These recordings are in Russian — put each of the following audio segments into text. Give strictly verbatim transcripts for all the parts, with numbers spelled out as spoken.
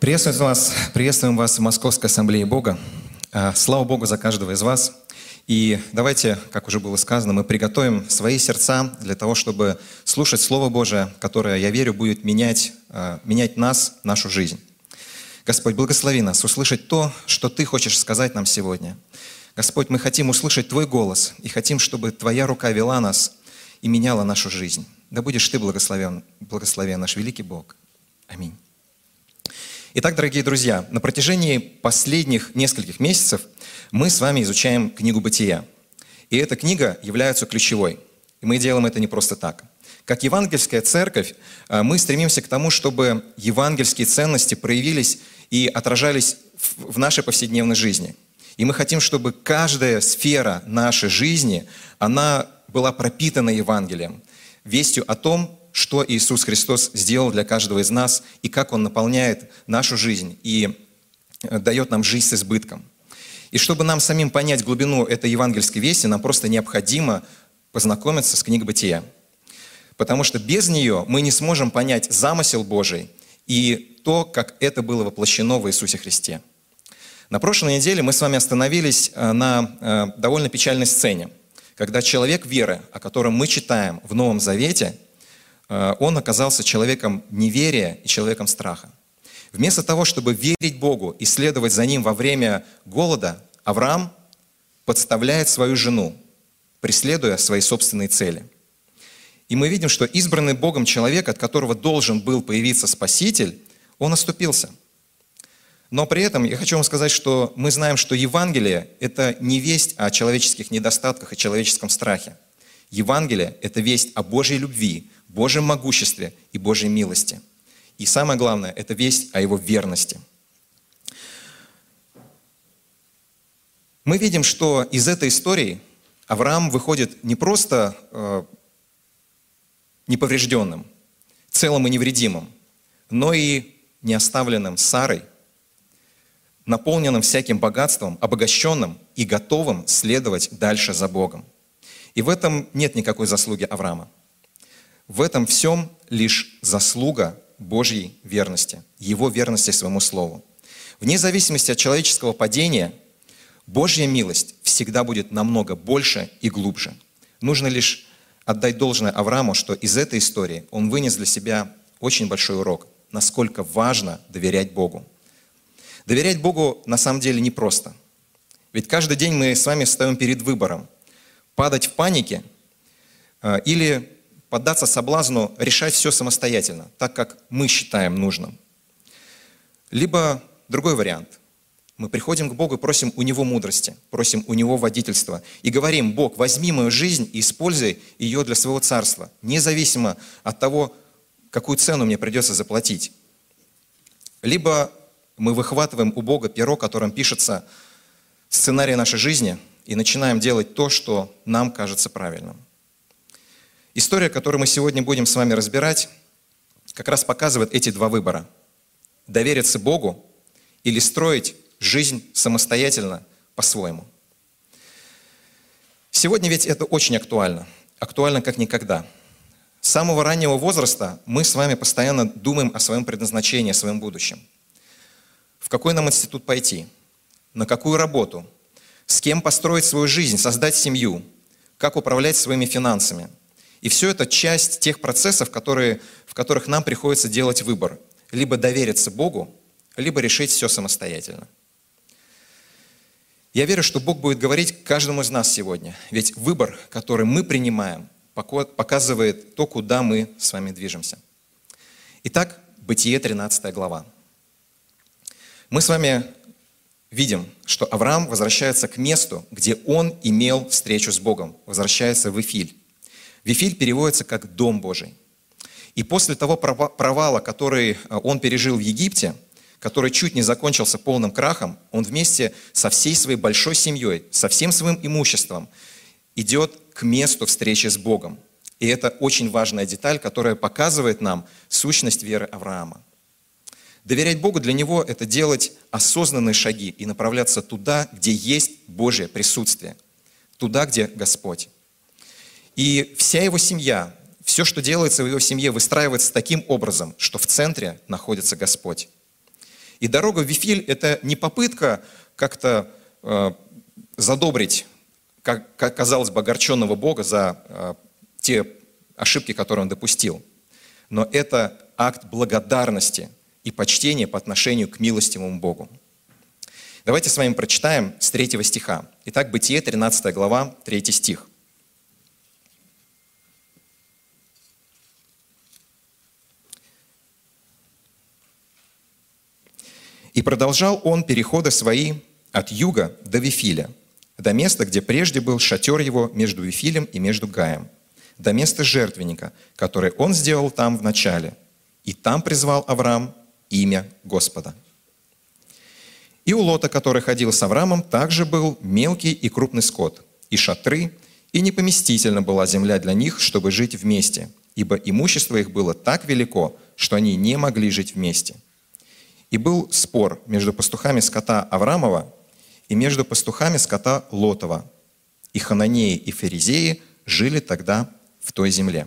Приветствуем вас, приветствуем вас в Московской Ассамблее Бога. Слава Богу за каждого из вас. И давайте, как уже было сказано, мы приготовим свои сердца для того, чтобы слушать Слово Божие, которое, я верю, будет менять, менять нас, нашу жизнь. Господь, благослови нас услышать то, что Ты хочешь сказать нам сегодня. Господь, мы хотим услышать Твой голос и хотим, чтобы Твоя рука вела нас и меняла нашу жизнь. Да будешь Ты благословен, благословен наш великий Бог. Аминь. Итак, дорогие друзья, на протяжении последних нескольких месяцев мы с вами изучаем книгу «Бытия». И эта книга является ключевой. И мы делаем это не просто так. Как евангельская церковь, мы стремимся к тому, чтобы евангельские ценности проявились и отражались в нашей повседневной жизни. И мы хотим, чтобы каждая сфера нашей жизни, она была пропитана Евангелием, вестью о том, что Иисус Христос сделал для каждого из нас и как Он наполняет нашу жизнь и дает нам жизнь с избытком. И чтобы нам самим понять глубину этой евангельской вести, нам просто необходимо познакомиться с книгой «Бытия». Потому что без нее мы не сможем понять замысел Божий и то, как это было воплощено в Иисусе Христе. На прошлой неделе мы с вами остановились на довольно печальной сцене, когда человек веры, о котором мы читаем в Новом Завете, он оказался человеком неверия и человеком страха. Вместо того, чтобы верить Богу и следовать за Ним во время голода, Авраам подставляет свою жену, преследуя свои собственные цели. И мы видим, что избранный Богом человек, от которого должен был появиться Спаситель, он оступился. Но при этом я хочу вам сказать, что мы знаем, что Евангелие – это не весть о человеческих недостатках и человеческом страхе. Евангелие – это весть о Божьей любви, Божьем могуществе и Божьей милости. И самое главное – это весть о Его верности. Мы видим, что из этой истории Авраам выходит не просто э, неповрежденным, целым и невредимым, но и не оставленным Сарой, наполненным всяким богатством, обогащенным и готовым следовать дальше за Богом. И в этом нет никакой заслуги Авраама. В этом всем лишь заслуга Божьей верности, Его верности своему Слову. Вне зависимости от человеческого падения, Божья милость всегда будет намного больше и глубже. Нужно лишь отдать должное Аврааму, что из этой истории он вынес для себя очень большой урок, насколько важно доверять Богу. Доверять Богу на самом деле непросто. Ведь каждый день мы с вами встаем перед выбором: падать в панике или поддаться соблазну решать все самостоятельно, так как мы считаем нужным. Либо другой вариант. Мы приходим к Богу и просим у Него мудрости, просим у Него водительства и говорим: Бог, возьми мою жизнь и используй ее для своего царства, независимо от того, какую цену мне придется заплатить. Либо мы выхватываем у Бога перо, которым пишется сценарий нашей жизни, и начинаем делать то, что нам кажется правильным. История, которую мы сегодня будем с вами разбирать, как раз показывает эти два выбора. Довериться Богу или строить жизнь самостоятельно по-своему. Сегодня ведь это очень актуально. Актуально как никогда. С самого раннего возраста мы с вами постоянно думаем о своем предназначении, о своем будущем. В какой нам институт пойти? На какую работу? С кем построить свою жизнь, создать семью? Как управлять своими финансами? И все это часть тех процессов, которые, в которых нам приходится делать выбор. Либо довериться Богу, либо решить все самостоятельно. Я верю, что Бог будет говорить каждому из нас сегодня. Ведь выбор, который мы принимаем, показывает то, куда мы с вами движемся. Итак, Бытие, тринадцатая глава. Мы с вами видим, что Авраам возвращается к месту, где он имел встречу с Богом. Возвращается в Вифиль. Вифиль переводится как «дом Божий». И после того провала, который он пережил в Египте, который чуть не закончился полным крахом, он вместе со всей своей большой семьей, со всем своим имуществом идет к месту встречи с Богом. И это очень важная деталь, которая показывает нам сущность веры Авраама. Доверять Богу для него – это делать осознанные шаги и направляться туда, где есть Божье присутствие, туда, где Господь. И вся его семья, все, что делается в его семье, выстраивается таким образом, что в центре находится Господь. И дорога в Вифиль – это не попытка как-то э, задобрить, как, как казалось бы, огорченного Бога за э, те ошибки, которые он допустил. Но это акт благодарности и почтения по отношению к милостивому Богу. Давайте с вами прочитаем с третьего стиха. Итак, Бытие, тринадцатая глава, третий стих. «И продолжал он переходы свои от юга до Вифиля, до места, где прежде был шатер его между Вифилем и между Гаем, до места жертвенника, который он сделал там в начале, и там призвал Авраам имя Господа. И у Лота, который ходил с Авраамом, также был мелкий и крупный скот, и шатры, и непоместительна была земля для них, чтобы жить вместе, ибо имущество их было так велико, что они не могли жить вместе. И был спор между пастухами скота Авраамова и между пастухами скота Лотова. И хананеи и ферезеи жили тогда в той земле».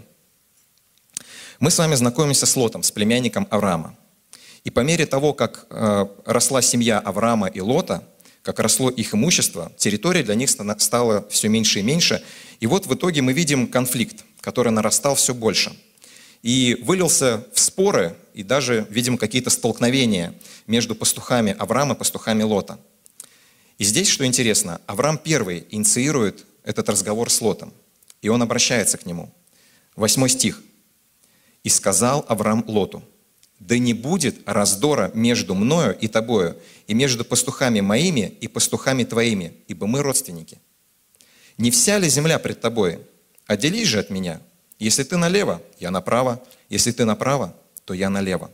Мы с вами знакомимся с Лотом, с племянником Авраама. И по мере того, как э, росла семья Авраама и Лота, как росло их имущество, территория для них стала все меньше и меньше. И вот в итоге мы видим конфликт, который нарастал все больше. И вылился в споры, и даже видим какие-то столкновения между пастухами Авраама и пастухами Лота. И здесь, что интересно, Авраам первый инициирует этот разговор с Лотом, и он обращается к нему. Восьмой стих. «И сказал Авраам Лоту: да не будет раздора между мною и тобою, и между пастухами моими и пастухами твоими, ибо мы родственники. Не вся ли земля пред тобой? Отделись же от меня. Если ты налево, я направо. Если ты направо, то я налево».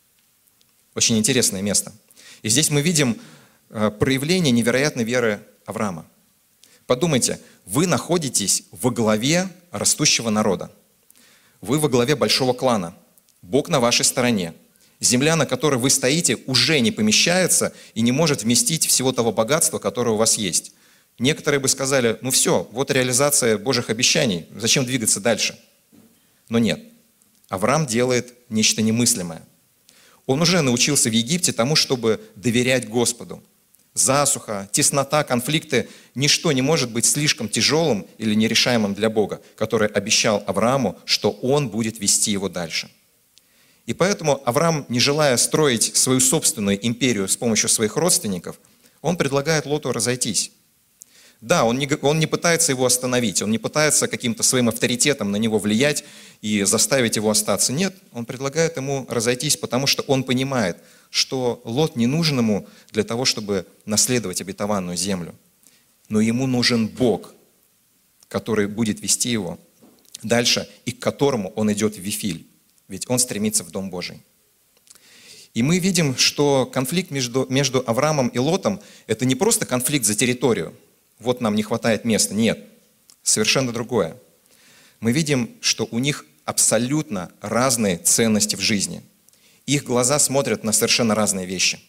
Очень интересное место. И здесь мы видим проявление невероятной веры Авраама. Подумайте, вы находитесь во главе растущего народа. Вы во главе большого клана. Бог на вашей стороне. Земля, на которой вы стоите, уже не помещается и не может вместить всего того богатства, которое у вас есть. Некоторые бы сказали: ну все, вот реализация Божьих обещаний, зачем двигаться дальше? Но нет. Авраам делает нечто немыслимое. Он уже научился в Египте тому, чтобы доверять Господу. Засуха, теснота, конфликты – ничто не может быть слишком тяжелым или нерешаемым для Бога, который обещал Аврааму, что Он будет вести его дальше. И поэтому Авраам, не желая строить свою собственную империю с помощью своих родственников, он предлагает Лоту разойтись. Да, он не, он не пытается его остановить, он не пытается каким-то своим авторитетом на него влиять и заставить его остаться. Нет, он предлагает ему разойтись, потому что он понимает, что Лот не нужен ему для того, чтобы наследовать обетованную землю. Но ему нужен Бог, который будет вести его дальше и к которому он идет в Вифиль. Ведь он стремится в Дом Божий. И мы видим, что конфликт между, между Авраамом и Лотом – это не просто конфликт за территорию. Вот нам не хватает места. Нет, совершенно другое. Мы видим, что у них абсолютно разные ценности в жизни. Их глаза смотрят на совершенно разные вещи.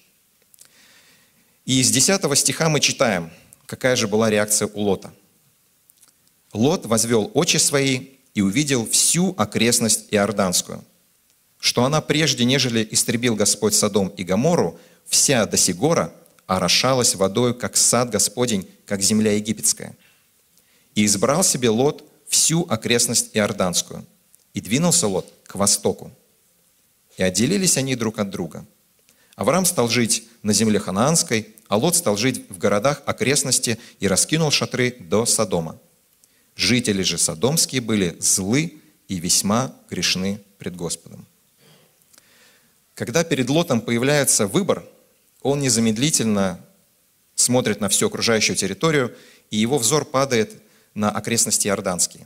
И из десятого стиха мы читаем, какая же была реакция у Лота. «Лот возвел очи свои и увидел всю окрестность Иорданскую, что она прежде, нежели истребил Господь Содом и Гоморру, вся до сих гора орошалась водою, как сад Господень, как земля египетская. И избрал себе Лот всю окрестность Иорданскую, и двинулся Лот к востоку. И отделились они друг от друга. Авраам стал жить на земле ханаанской, а Лот стал жить в городах окрестности и раскинул шатры до Содома. Жители же содомские были злы и весьма грешны пред Господом». Когда перед Лотом появляется выбор, он незамедлительно смотрит на всю окружающую территорию, и его взор падает на окрестности Иорданские.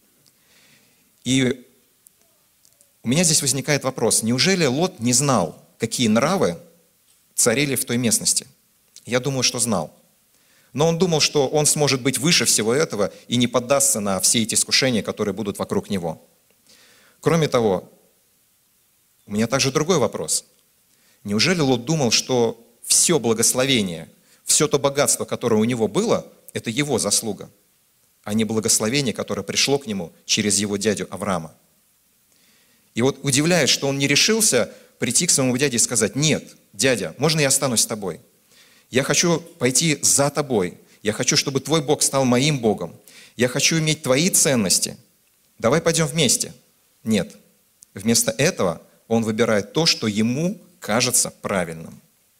И у меня здесь возникает вопрос: неужели Лот не знал, какие нравы царили в той местности? Я думаю, что знал. Но он думал, что он сможет быть выше всего этого и не поддастся на все эти искушения, которые будут вокруг него. Кроме того, у меня также другой вопрос. Неужели Лот думал, что все благословение, все то богатство, которое у него было, это его заслуга, а не благословение, которое пришло к нему через его дядю Авраама? И вот удивляет, что он не решился прийти к своему дяде и сказать: нет, дядя, можно я останусь с тобой? Я хочу пойти за тобой. Я хочу, чтобы твой Бог стал моим Богом. Я хочу иметь твои ценности. Давай пойдем вместе. Нет. Вместо этого он выбирает то, что ему кажется правильным.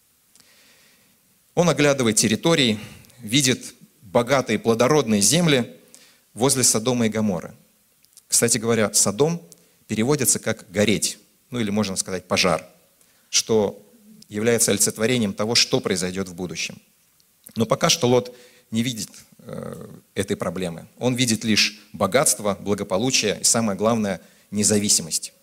Он оглядывает территории, видит богатые плодородные земли возле Содома и Гоморры. Кстати говоря, Содом переводится как «гореть», ну или можно сказать «пожар», что является олицетворением того, что произойдет в будущем. Но пока что Лот не видит э, этой проблемы. Он видит лишь богатство, благополучие и, самое главное, независимость.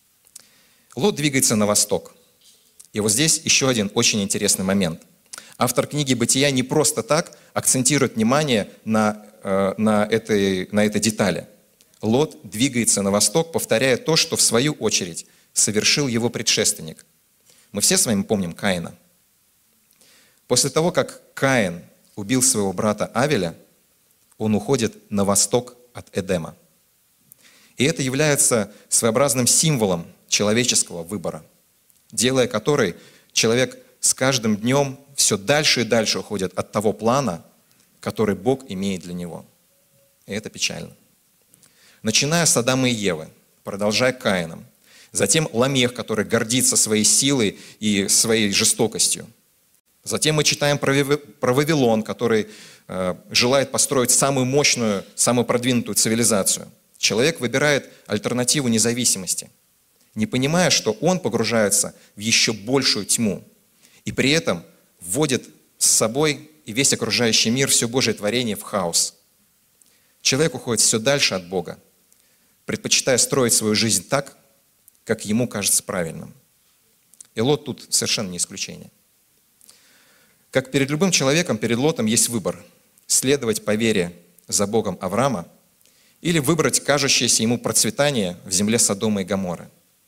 Лот двигается на восток. И вот здесь еще один очень интересный момент. Автор книги «Бытия» не просто так акцентирует внимание на, э, на, этой, на этой детали. Лот двигается на восток, повторяя то, что в свою очередь совершил его предшественник. Мы все с вами помним Каина. После того, как Каин убил своего брата Авеля, он уходит на восток от Эдема. И это является своеобразным символом человеческого выбора, делая который человек с каждым днем все дальше и дальше уходит от того плана, который Бог имеет для него. И это печально. Начиная с Адама и Евы, продолжая Каином, затем Ламех, который гордится своей силой и своей жестокостью. Затем мы читаем про Вавилон, который э, желает построить самую мощную, самую продвинутую цивилизацию. Человек выбирает альтернативу независимости, не понимая, что он погружается в еще большую тьму и при этом вводит с собой и весь окружающий мир, все Божие творение в хаос. Человек уходит все дальше от Бога, предпочитая строить свою жизнь так, как ему кажется правильным. И Лот тут совершенно не исключение. Как перед любым человеком, перед Лотом есть выбор – следовать по вере за Богом Авраама или выбрать кажущееся ему процветание в земле Содома и Гоморры.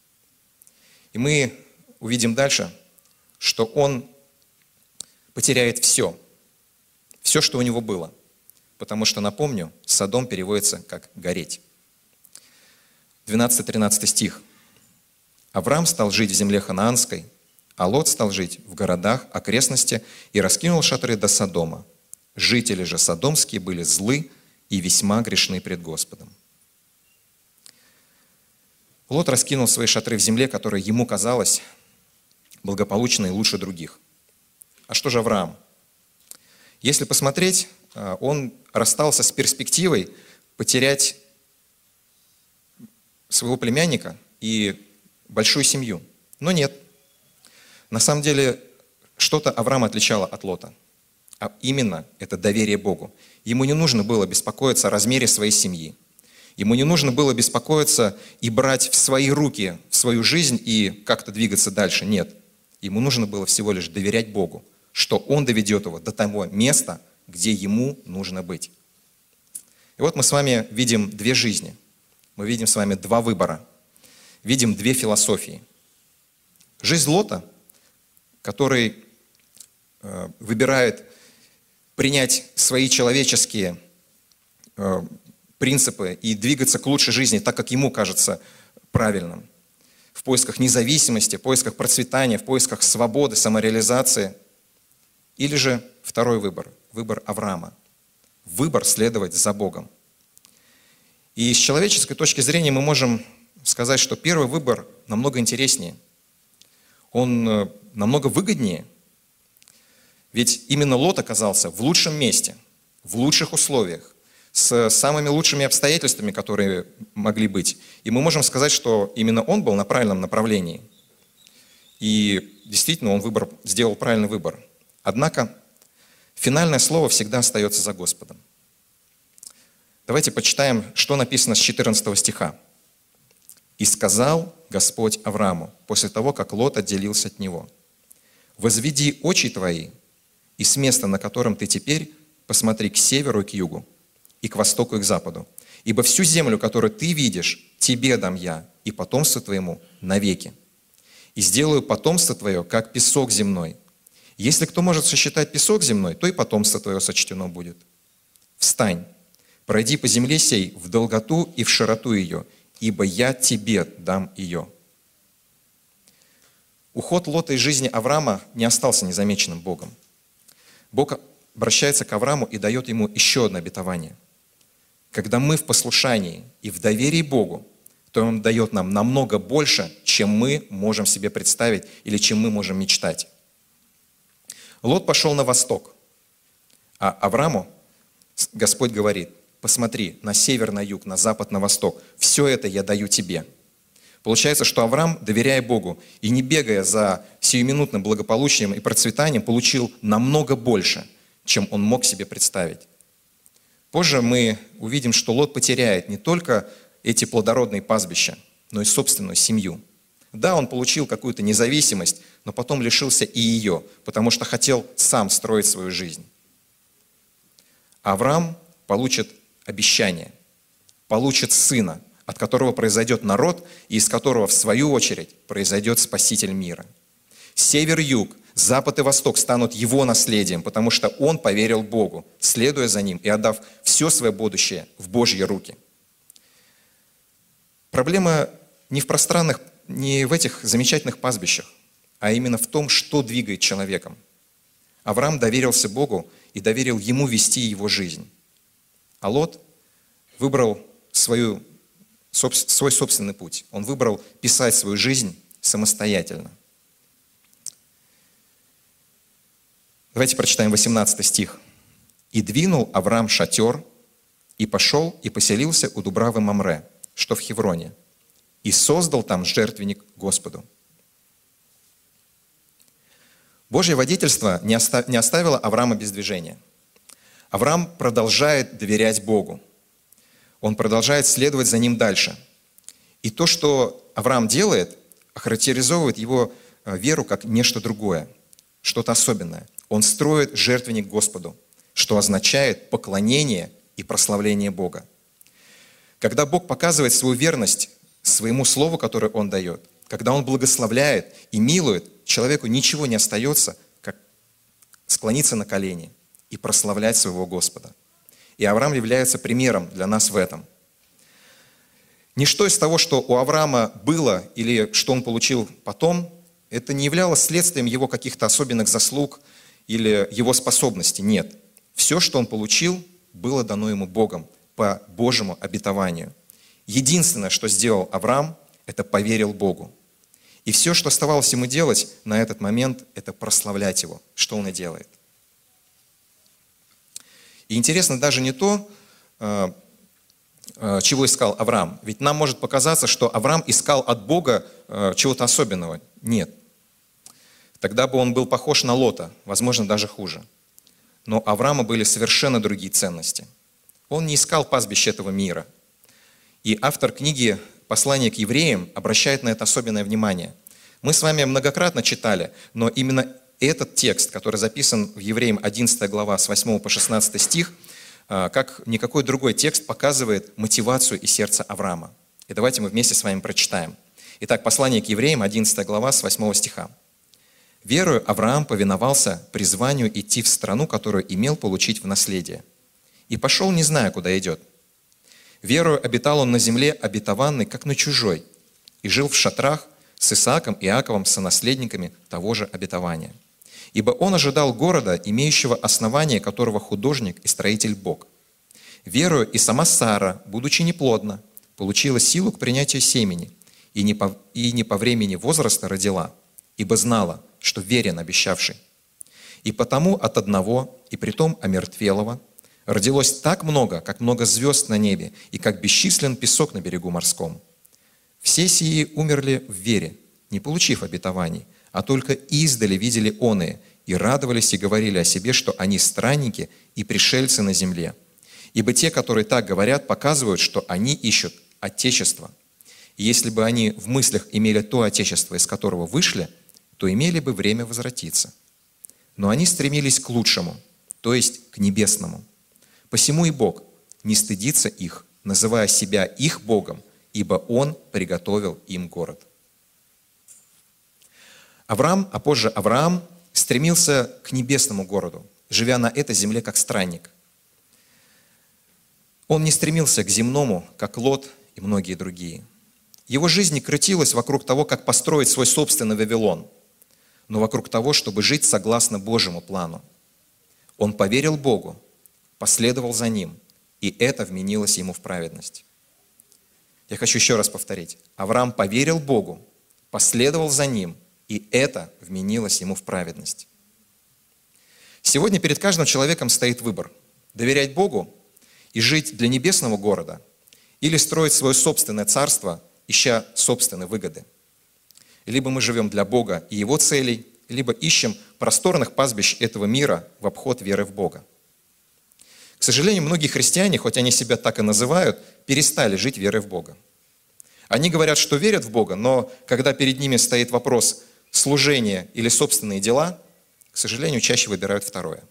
И мы увидим дальше, что он потеряет все, все, что у него было. Потому что, напомню, Содом переводится как «гореть». двенадцатый-тринадцатый стих. «Авраам стал жить в земле ханаанской, а Лот стал жить в городах окрестности и раскинул шатры до Содома. Жители же содомские были злы и весьма грешны пред Господом». Лот раскинул свои шатры в земле, которая ему казалась благополучной и лучше других. А что же Авраам? Если посмотреть, он расстался с перспективой потерять своего племянника и большую семью. Но нет. На самом деле, что-то Авраама отличало от Лота. А именно, это доверие Богу. Ему не нужно было беспокоиться о размере своей семьи. Ему не нужно было беспокоиться и брать в свои руки, в свою жизнь и как-то двигаться дальше. Нет. Ему нужно было всего лишь доверять Богу, что Он доведет его до того места, где ему нужно быть. И вот мы с вами видим две жизни. Мы видим с вами два выбора. Видим две философии. Жизнь Лота, который э, выбирает принять свои человеческие э, принципы и двигаться к лучшей жизни так, как ему кажется правильным. В поисках независимости, в поисках процветания, в поисках свободы, самореализации. Или же второй выбор, выбор Авраама. Выбор следовать за Богом. И с человеческой точки зрения мы можем сказать, что первый выбор намного интереснее. Он намного выгоднее. Ведь именно Лот оказался в лучшем месте, в лучших условиях, с самыми лучшими обстоятельствами, которые могли быть. И мы можем сказать, что именно он был на правильном направлении. И действительно, он выбор, сделал правильный выбор. Однако, финальное слово всегда остается за Господом. Давайте почитаем, что написано с четырнадцатого стиха. «И сказал Господь Аврааму, после того, как Лот отделился от него, возведи очи твои, и с места, на котором ты теперь, посмотри к северу и к югу, и к востоку и к западу. Ибо всю землю, которую ты видишь, тебе дам я, и потомству твоему навеки. И сделаю потомство твое, как песок земной. Если кто может сосчитать песок земной, то и потомство твое сочтено будет. Встань, пройди по земле сей в долготу и в широту ее, ибо я тебе дам ее». Уход Лота из жизни Авраама не остался незамеченным Богом. Бог обращается к Аврааму и дает ему еще одно обетование. Когда мы в послушании и в доверии Богу, то Он дает нам намного больше, чем мы можем себе представить или чем мы можем мечтать. Лот пошел на восток, а Аврааму Господь говорит: посмотри, на север, на юг, на запад, на восток, все это я даю тебе. Получается, что Авраам, доверяя Богу и не бегая за сиюминутным благополучием и процветанием, получил намного больше, чем он мог себе представить. Позже мы увидим, что Лот потеряет не только эти плодородные пастбища, но и собственную семью. Да, он получил какую-то независимость, но потом лишился и ее, потому что хотел сам строить свою жизнь. Авраам получит обещание, получит сына, от которого произойдет народ, и из которого, в свою очередь, произойдет Спаситель мира. Север, юг, запад и восток станут его наследием, потому что он поверил Богу, следуя за ним и отдав все свое будущее в Божьи руки. Проблема не в пространных, не в этих замечательных пастбищах, а именно в том, что двигает человеком. Авраам доверился Богу и доверил ему вести его жизнь. А Лот выбрал свою, свой собственный путь. Он выбрал писать свою жизнь самостоятельно. Давайте прочитаем восемнадцатый стих. «И двинул Авраам шатер, и пошел, и поселился у Дубравы Мамре, что в Хевроне, и создал там жертвенник Господу». Божье водительство не оставило Авраама без движения. Авраам продолжает доверять Богу. Он продолжает следовать за ним дальше. И то, что Авраам делает, охарактеризовывает его веру как нечто другое, что-то особенное. Он строит жертвенник Господу, что означает поклонение и прославление Бога. Когда Бог показывает свою верность своему слову, которое Он дает, когда Он благословляет и милует, человеку ничего не остается, как склониться на колени и прославлять своего Господа. И Авраам является примером для нас в этом. Ничто из того, что у Авраама было или что он получил потом, это не являлось следствием его каких-то особенных заслуг или его способностей. Нет. Все, что он получил, было дано ему Богом по Божьему обетованию. Единственное, что сделал Авраам, это поверил Богу. И все, что оставалось ему делать на этот момент, это прославлять Его, что он и делает. И интересно даже не то, чего искал Авраам. Ведь нам может показаться, что Авраам искал от Бога чего-то особенного. Нет. Тогда бы он был похож на Лота, возможно, даже хуже. Но у Авраама были совершенно другие ценности. Он не искал пастбищ этого мира. И автор книги «Послание к евреям» обращает на это особенное внимание. Мы с вами многократно читали, но именно этот текст, который записан в Евреям одиннадцатая глава с восьмого по шестнадцатый стих, как никакой другой текст показывает мотивацию и сердце Авраама. И давайте мы вместе с вами прочитаем. Итак, послание к Евреям, одиннадцатая глава с восьмого стиха. «Верою Авраам повиновался призванию идти в страну, которую имел получить в наследие, и пошел, не зная, куда идет. Верою обитал он на земле обетованной, как на чужой, и жил в шатрах с Исааком и Иаковом, сонаследниками того же обетования. Ибо он ожидал города, имеющего основание, которого художник и строитель Бог. Верою и сама Сара, будучи неплодна, получила силу к принятию семени, и не по, и не по времени возраста родила, ибо знала, что верен обещавший. И потому от одного, и притом омертвелого, родилось так много, как много звезд на небе, и как бесчислен песок на берегу морском. Все сии умерли в вере, не получив обетований, а только издали видели оные, и радовались и говорили о себе, что они странники и пришельцы на земле. Ибо те, которые так говорят, показывают, что они ищут Отечество. И если бы они в мыслях имели то Отечество, из которого вышли, то имели бы время возвратиться. Но они стремились к лучшему, то есть к небесному. Посему и Бог не стыдится их, называя себя их Богом, ибо Он приготовил им город». Авраам, а позже Авраам, стремился к небесному городу, живя на этой земле как странник. Он не стремился к земному, как Лот и многие другие. Его жизнь крутилась вокруг того, как построить свой собственный Вавилон. но вокруг того, чтобы жить согласно Божьему плану. Он поверил Богу, последовал за Ним, и это вменилось ему в праведность. Я хочу еще раз повторить. Авраам поверил Богу, последовал за Ним, и это вменилось ему в праведность. Сегодня перед каждым человеком стоит выбор – доверять Богу и жить для небесного города или строить свое собственное царство, ища собственные выгоды. Либо мы живем для Бога и Его целей, либо ищем просторных пастбищ этого мира в обход веры в Бога. К сожалению, многие христиане, хоть они себя так и называют, перестали жить верой в Бога. Они говорят, что верят в Бога, но когда перед ними стоит вопрос служения или собственные дела, к сожалению, чаще выбирают второе.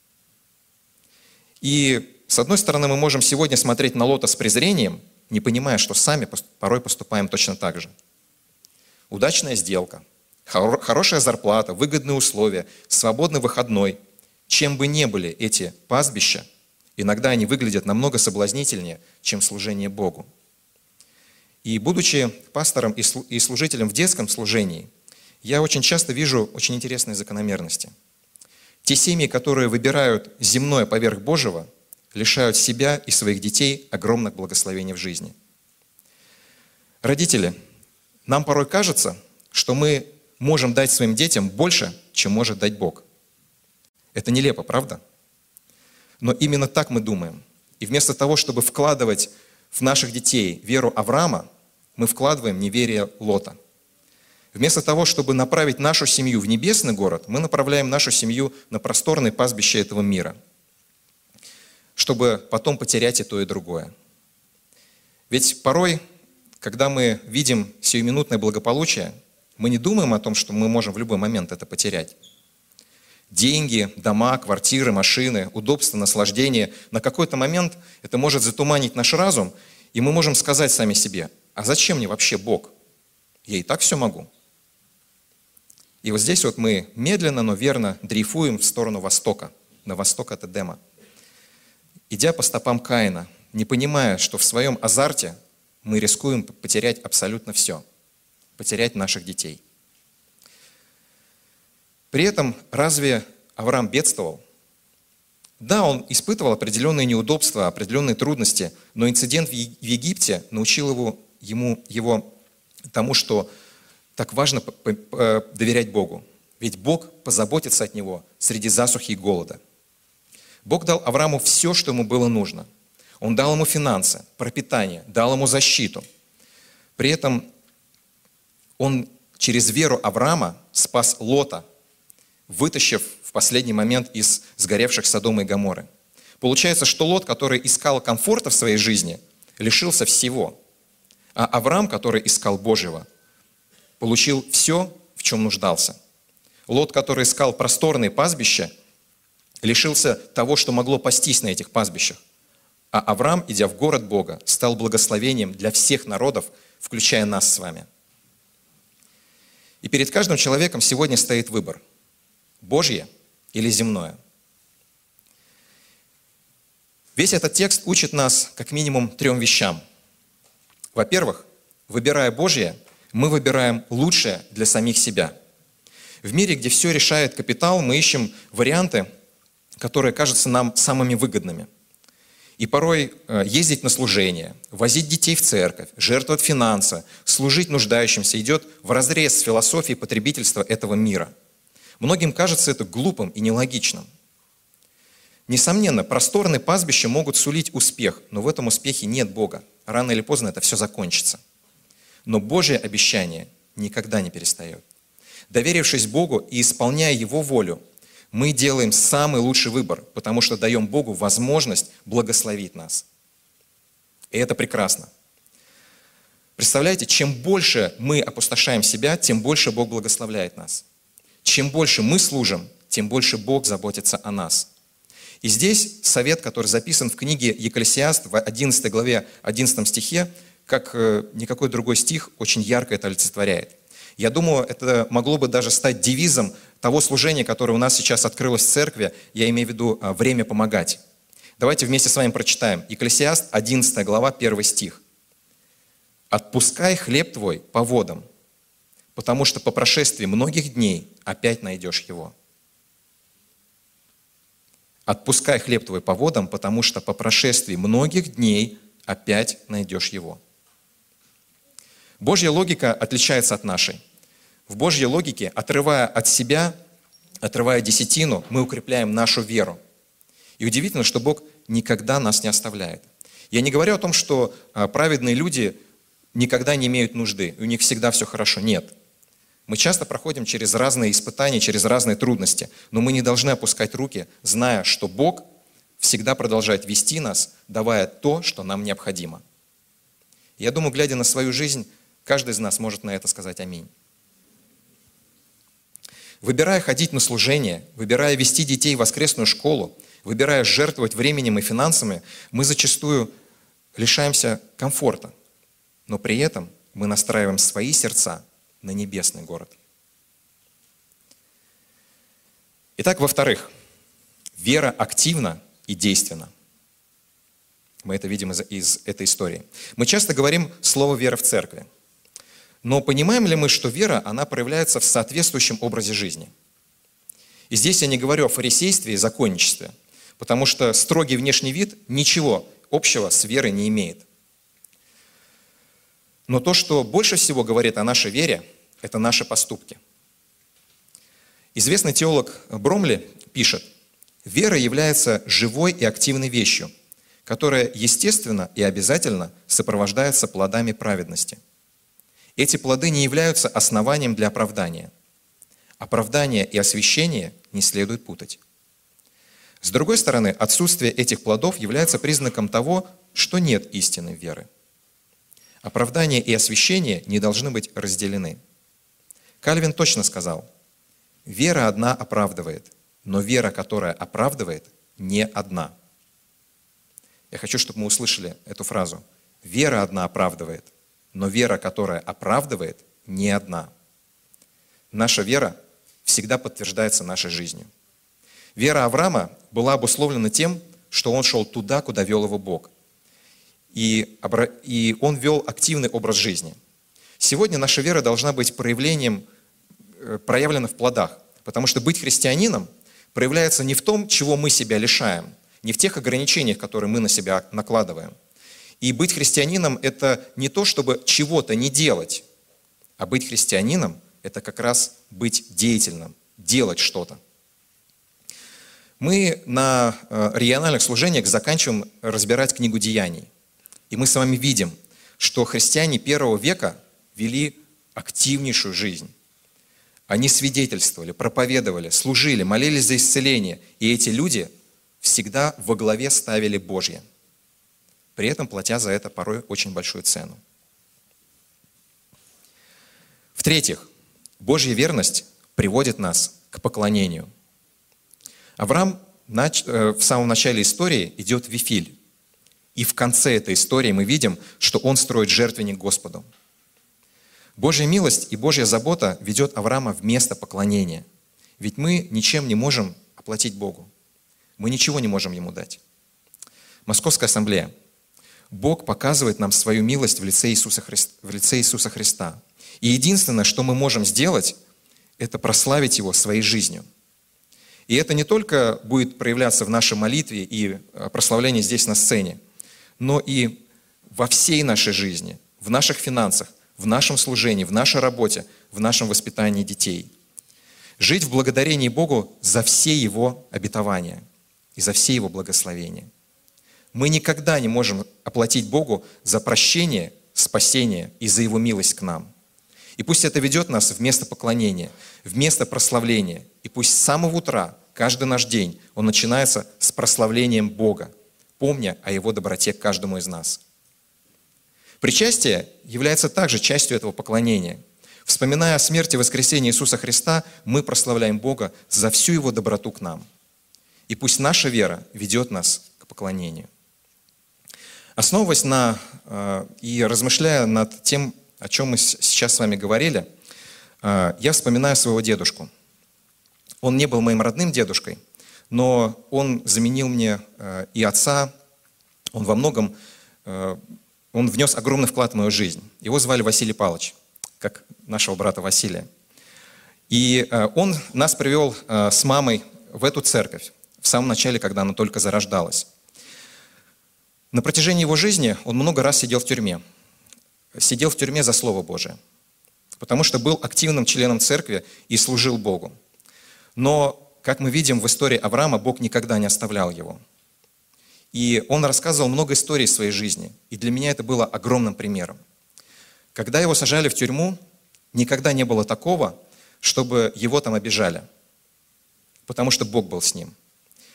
И, с одной стороны, мы можем сегодня смотреть на Лота с презрением, не понимая, что сами порой поступаем точно так же. Удачная сделка, хорошая зарплата, выгодные условия, свободный выходной. Чем бы ни были эти пастбища, иногда они выглядят намного соблазнительнее, чем служение Богу. И будучи пастором и служителем в детском служении, я очень часто вижу очень интересные закономерности. Те семьи, которые выбирают земное поверх Божьего, лишают себя и своих детей огромных благословений в жизни. Родители, нам порой кажется, что мы можем дать своим детям больше, чем может дать Бог. Это нелепо, правда? Но именно так мы думаем. И вместо того, чтобы вкладывать в наших детей веру Авраама, мы вкладываем неверие Лота. Вместо того, чтобы направить нашу семью в небесный город, мы направляем нашу семью на просторные пастбища этого мира, чтобы потом потерять и то, и другое. Ведь порой, когда мы видим сиюминутное благополучие, мы не думаем о том, что мы можем в любой момент это потерять. Деньги, дома, квартиры, машины, удобство, наслаждение. На какой-то момент это может затуманить наш разум, и мы можем сказать сами себе: а зачем мне вообще Бог? Я и так все могу. И вот здесь вот мы медленно, но верно дрейфуем в сторону востока, на восток от Эдема, идя по стопам Каина, не понимая, что в своем азарте мы рискуем потерять абсолютно все, потерять наших детей. При этом разве Авраам бедствовал? Да, он испытывал определенные неудобства, определенные трудности, но инцидент в Египте научил его, ему, его тому, что так важно доверять Богу. Ведь Бог позаботится от него среди засухи и голода. Бог дал Аврааму все, что ему было нужно. Он дал ему финансы, пропитание, дал ему защиту. При этом он через веру Авраама спас Лота, вытащив в последний момент из сгоревших Содома и Гоморры. Получается, что Лот, который искал комфорта в своей жизни, лишился всего. А Авраам, который искал Божьего, получил все, в чем нуждался. Лот, который искал просторные пастбища, лишился того, что могло пастись на этих пастбищах. А Авраам, идя в город Бога, стал благословением для всех народов, включая нас с вами. И перед каждым человеком сегодня стоит выбор: Божье или земное. Весь этот текст учит нас как минимум трем вещам. Во-первых, выбирая Божье, мы выбираем лучшее для самих себя. В мире, где все решает капитал, мы ищем варианты, которые кажутся нам самыми выгодными. И порой ездить на служение, возить детей в церковь, жертвовать финансы, служить нуждающимся идет вразрез с философией потребительства этого мира. Многим кажется это глупым и нелогичным. Несомненно, просторные пастбища могут сулить успех, но в этом успехе нет Бога. Рано или поздно это все закончится. Но Божье обещание никогда не перестает. Доверившись Богу и исполняя Его волю, мы делаем самый лучший выбор, потому что даем Богу возможность благословить нас. И это прекрасно. Представляете, чем больше мы опустошаем себя, тем больше Бог благословляет нас. Чем больше мы служим, тем больше Бог заботится о нас. И здесь совет, который записан в книге Екклесиаст в одиннадцатой главе, одиннадцатом стихе, как никакой другой стих, очень ярко это олицетворяет. Я думаю, это могло бы даже стать девизом того служения, которое у нас сейчас открылось в церкви, я имею в виду «время помогать». Давайте вместе с вами прочитаем. Екклесиаст, одиннадцатая глава, первый стих. «Отпускай хлеб твой по водам, потому что по прошествии многих дней опять найдешь его. Отпускай хлеб твой по водам, потому что по прошествии многих дней опять найдешь его. Божья логика отличается от нашей. В Божьей логике, отрывая от себя, отрывая десятину, мы укрепляем нашу веру. И удивительно, что Бог никогда нас не оставляет. Я не говорю о том, что праведные люди никогда не имеют нужды, и у них всегда все хорошо. Нет. Мы часто проходим через разные испытания, через разные трудности, но мы не должны опускать руки, зная, что Бог всегда продолжает вести нас, давая то, что нам необходимо. Я думаю, глядя на свою жизнь, каждый из нас может на это сказать аминь. Выбирая ходить на служение, выбирая вести детей в воскресную школу, выбирая жертвовать временем и финансами, мы зачастую лишаемся комфорта, но при этом мы настраиваем свои сердца на небесный город. Итак, во-вторых, вера активна и действенна. Мы это видим из, из этой истории. Мы часто говорим слово «вера» в церкви. Но понимаем ли мы, что вера, она проявляется в соответствующем образе жизни? И здесь я не говорю о фарисействе и законничестве, потому что строгий внешний вид ничего общего с верой не имеет. Но то, что больше всего говорит о нашей вере, это наши поступки. Известный теолог Бромли пишет: «Вера является живой и активной вещью, которая естественно и обязательно сопровождается плодами праведности. Эти плоды не являются основанием для оправдания. Оправдание и освящение не следует путать. С другой стороны, отсутствие этих плодов является признаком того, что нет истинной веры. Оправдание и освящение не должны быть разделены. Кальвин точно сказал: вера одна оправдывает, но вера, которая оправдывает, не одна». Я хочу, чтобы мы услышали эту фразу. Вера одна оправдывает, но вера, которая оправдывает, не одна. Наша вера всегда подтверждается нашей жизнью. Вера Авраама была обусловлена тем, что он шел туда, куда вел его Бог. И, и он вел активный образ жизни. Сегодня наша вера должна быть проявлением, проявлена в плодах, потому что быть христианином проявляется не в том, чего мы себя лишаем, не в тех ограничениях, которые мы на себя накладываем. И быть христианином – это не то, чтобы чего-то не делать, а быть христианином – это как раз быть деятельным, делать что-то. Мы на региональных служениях заканчиваем разбирать книгу Деяний. И мы с вами видим, что христиане первого века вели активнейшую жизнь. Они свидетельствовали, проповедовали, служили, молились за исцеление. И эти люди всегда во главе ставили Божье, при этом платя за это порой очень большую цену. В-третьих, Божья верность приводит нас к поклонению. Авраам в самом начале истории идет в Вифиль. И в конце этой истории мы видим, что он строит жертвенник Господу. Божья милость и Божья забота ведет Авраама в место поклонения. Ведь мы ничем не можем оплатить Богу. Мы ничего не можем Ему дать. Московская ассамблея. Бог показывает нам свою милость в лице Иисуса Христа, в лице Иисуса Христа. И единственное, что мы можем сделать, это прославить Его своей жизнью. И это не только будет проявляться в нашей молитве и прославлении здесь на сцене, но и во всей нашей жизни, в наших финансах, в нашем служении, в нашей работе, в нашем воспитании детей. Жить в благодарении Богу за все Его обетования и за все Его благословения. Мы никогда не можем оплатить Богу за прощение, спасение и за Его милость к нам. И пусть это ведет нас в место поклонения, в место прославления. И пусть с самого утра, каждый наш день, он начинается с прославлением Бога, помня о Его доброте к каждому из нас. Причастие является также частью этого поклонения. Вспоминая о смерти и воскресении Иисуса Христа, мы прославляем Бога за всю Его доброту к нам. И пусть наша вера ведет нас к поклонению. Основываясь на э, и размышляя над тем, о чем мы сейчас с вами говорили, э, я вспоминаю своего дедушку. Он не был моим родным дедушкой, но он заменил мне э, и отца. Он во многом, э, он внес огромный вклад в мою жизнь. Его звали Василий Павлович. как нашего брата Василия. И он нас привел с мамой в эту церковь в самом начале, когда она только зарождалась. На протяжении его жизни он много раз сидел в тюрьме. Сидел в тюрьме за Слово Божие, потому что был активным членом церкви и служил Богу. Но, как мы видим в истории Авраама, Бог никогда не оставлял его. И он рассказывал много историй из своей жизни, и для меня это было огромным примером. Когда его сажали в тюрьму, никогда не было такого, чтобы его там обижали, потому что Бог был с ним.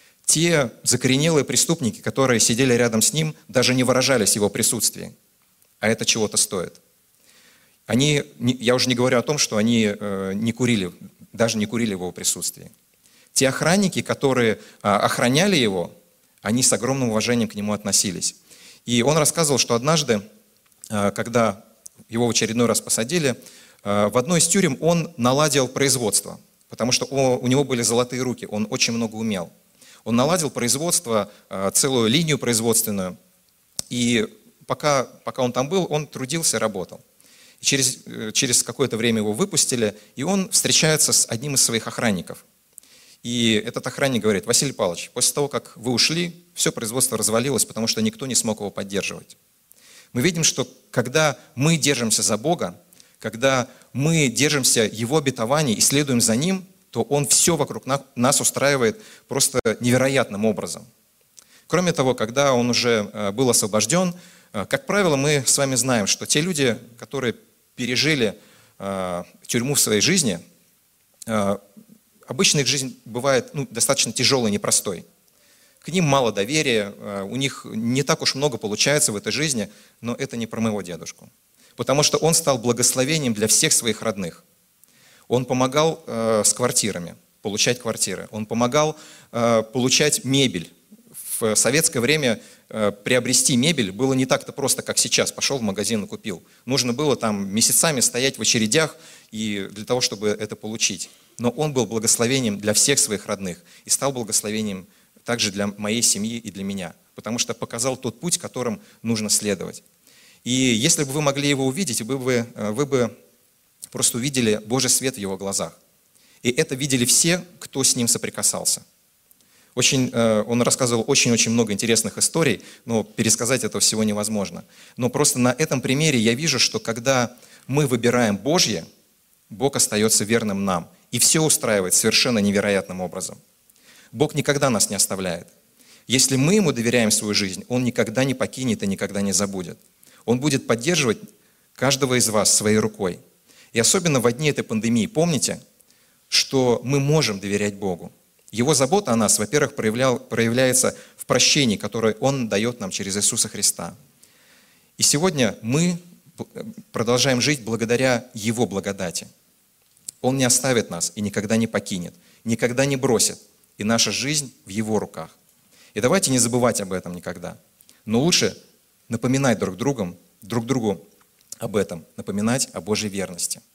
Те закоренелые преступники, которые сидели рядом с ним, даже не выражались в его присутствии, а это чего-то стоит. Они, я уже не говорю о том, что они не курили, даже не курили в его присутствии. Те охранники, которые охраняли его, они с огромным уважением к нему относились. И он рассказывал, что однажды, когда его в очередной раз посадили, в одной из тюрем он наладил производство, потому что у него были золотые руки, он очень много умел. Он наладил производство, целую линию производственную, и пока, пока он там был, он трудился, работал. И через, через какое-то время его выпустили, и он встречается с одним из своих охранников. И этот охранник говорит: Василий Павлович, после того, как вы ушли, все производство развалилось, потому что никто не смог его поддерживать. Мы видим, что когда мы держимся за Бога, когда мы держимся Его обетований и следуем за Ним, то Он все вокруг нас устраивает просто невероятным образом. Кроме того, когда Он уже был освобожден, как правило, мы с вами знаем, что те люди, которые пережили тюрьму в своей жизни, обычно их жизнь бывает ну, достаточно тяжелой, непростой. К ним мало доверия, у них не так уж много получается в этой жизни, но это не про моего дедушку. Потому что он стал благословением для всех своих родных. Он помогал э, с квартирами, получать квартиры. Он помогал э, получать мебель. В советское время э, приобрести мебель было не так-то просто, как сейчас. Пошел в магазин и купил. Нужно было там месяцами стоять в очередях и для того, чтобы это получить. Но он был благословением для всех своих родных и стал благословением также для моей семьи и для меня, потому что показал тот путь, которым нужно следовать. И если бы вы могли его увидеть, вы бы, вы бы просто увидели Божий свет в его глазах. И это видели все, кто с ним соприкасался. Очень, он рассказывал очень-очень много интересных историй, но пересказать этого всего невозможно. Но просто на этом примере я вижу, что когда мы выбираем Божье, Бог остается верным нам. И все устраивает совершенно невероятным образом. Бог никогда нас не оставляет. Если мы Ему доверяем свою жизнь, Он никогда не покинет и никогда не забудет. Он будет поддерживать каждого из вас своей рукой. И особенно в дни этой пандемии помните, что мы можем доверять Богу. Его забота о нас, во-первых, проявляется в прощении, которое Он дает нам через Иисуса Христа. И сегодня мы продолжаем жить благодаря Его благодати. Он не оставит нас и никогда не покинет, никогда не бросит. И наша жизнь в Его руках. И давайте не забывать об этом никогда. Но лучше напоминать друг другу, друг другу об этом, напоминать о Божьей верности.